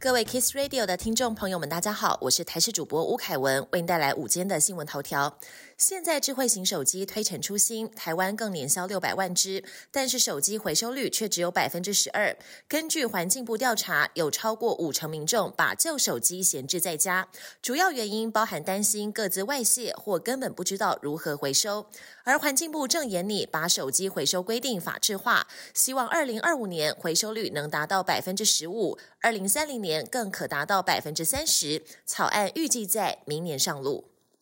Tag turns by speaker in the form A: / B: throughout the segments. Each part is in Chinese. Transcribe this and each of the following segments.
A: 各位 Kiss Radio 的听众朋友们，大家好，我是台视主播吴凯文，为您带来午间的新闻头条。现在智慧型手机推陈出新，台湾更年销600万只，但是手机回收率却只有 12%。根据环境部调查，有超过50%民众把旧手机闲置在家，主要原因包含担心各自外泄或根本不知道如何回收。而环境部正研拟把手机回收规定法制化，希望2025年回收率能达到 15%，2030年更可达到 30%， 草案预计在明年上路。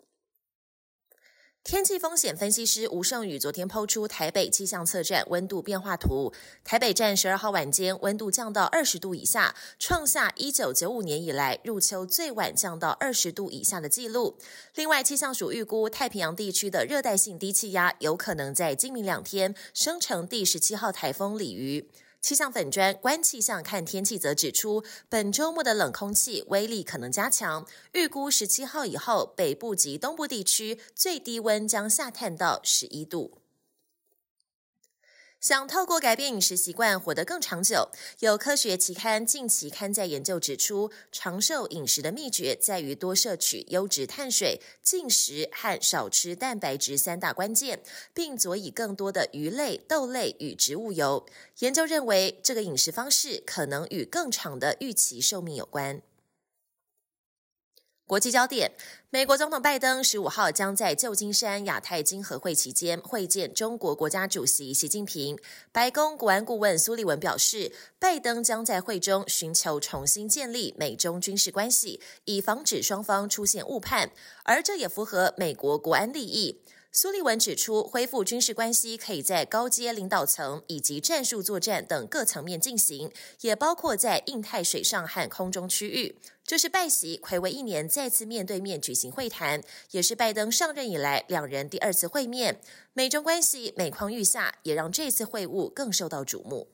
A: 天气风险分析师吴胜宇昨天抛出台北气象测站温度变化图，台北站12号晚间温度降到20度以下，创下1995年以来入秋最晚降到20度以下的纪录。另外，气象署预估太平洋地区的热带性低气压有可能在今明2天生成第17号台风鲤鱼。气象粉专观气象看天气则指出，本周末的冷空气威力可能加强，预估17号以后北部及东部地区最低温将下探到11度。想透过改变饮食习惯活得更长久，有科学期刊近期刊载研究指出，长寿饮食的秘诀在于多摄取优质碳水、进食和少吃蛋白质3大关键，并佐以更多的鱼类、豆类与植物油。研究认为，这个饮食方式可能与更长的预期寿命有关。国际焦点，美国总统拜登15号将在旧金山亚太经合会期间会见中国国家主席习近平。白宫国安顾问苏利文表示，拜登将在会中寻求重新建立美中军事关系，以防止双方出现误判，而这也符合美国国安利益。苏利文指出，恢复军事关系可以在高阶领导层以及战术作战等各层面进行，也包括在印太水上和空中区域。这是拜习睽违1年再次面对面举行会谈，也是拜登上任以来两人第2次会面。美中关系每况愈下，也让这次会晤更受到瞩目。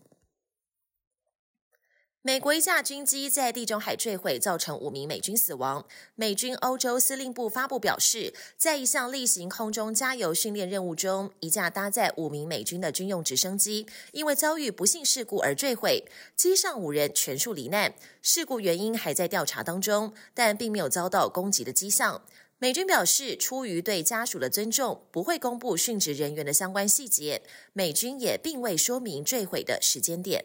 A: 美国一架军机在地中海坠毁，造成5名美军死亡。美军欧洲司令部发布表示，在一项例行空中加油训练任务中，一架搭载5名美军的军用直升机因为遭遇不幸事故而坠毁，机上5人全数罹难。事故原因还在调查当中，但并没有遭到攻击的迹象。美军表示，出于对家属的尊重，不会公布殉职人员的相关细节。美军也并未说明坠毁的时间点。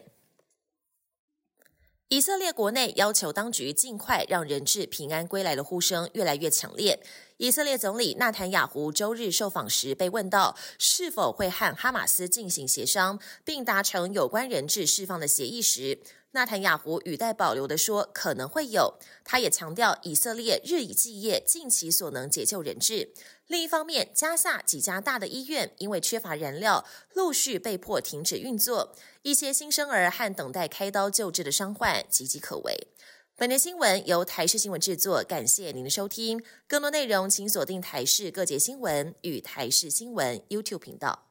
A: 以色列国内要求当局尽快让人质平安归来的呼声越来越强烈。以色列总理纳坦雅胡周日受访时被问到是否会和哈马斯进行协商，并达成有关人质释放的协议时，纳坦雅胡语带保留地说可能会有。他也强调以色列日以继夜尽其所能解救人质。另一方面，加萨几家大的医院因为缺乏燃料，陆续被迫停止运作，一些新生儿和等待开刀救治的伤患岌岌可危。本节新闻由台视新闻制作，感谢您的收听。更多内容请锁定台视各节新闻与台视新闻 YouTube 频道。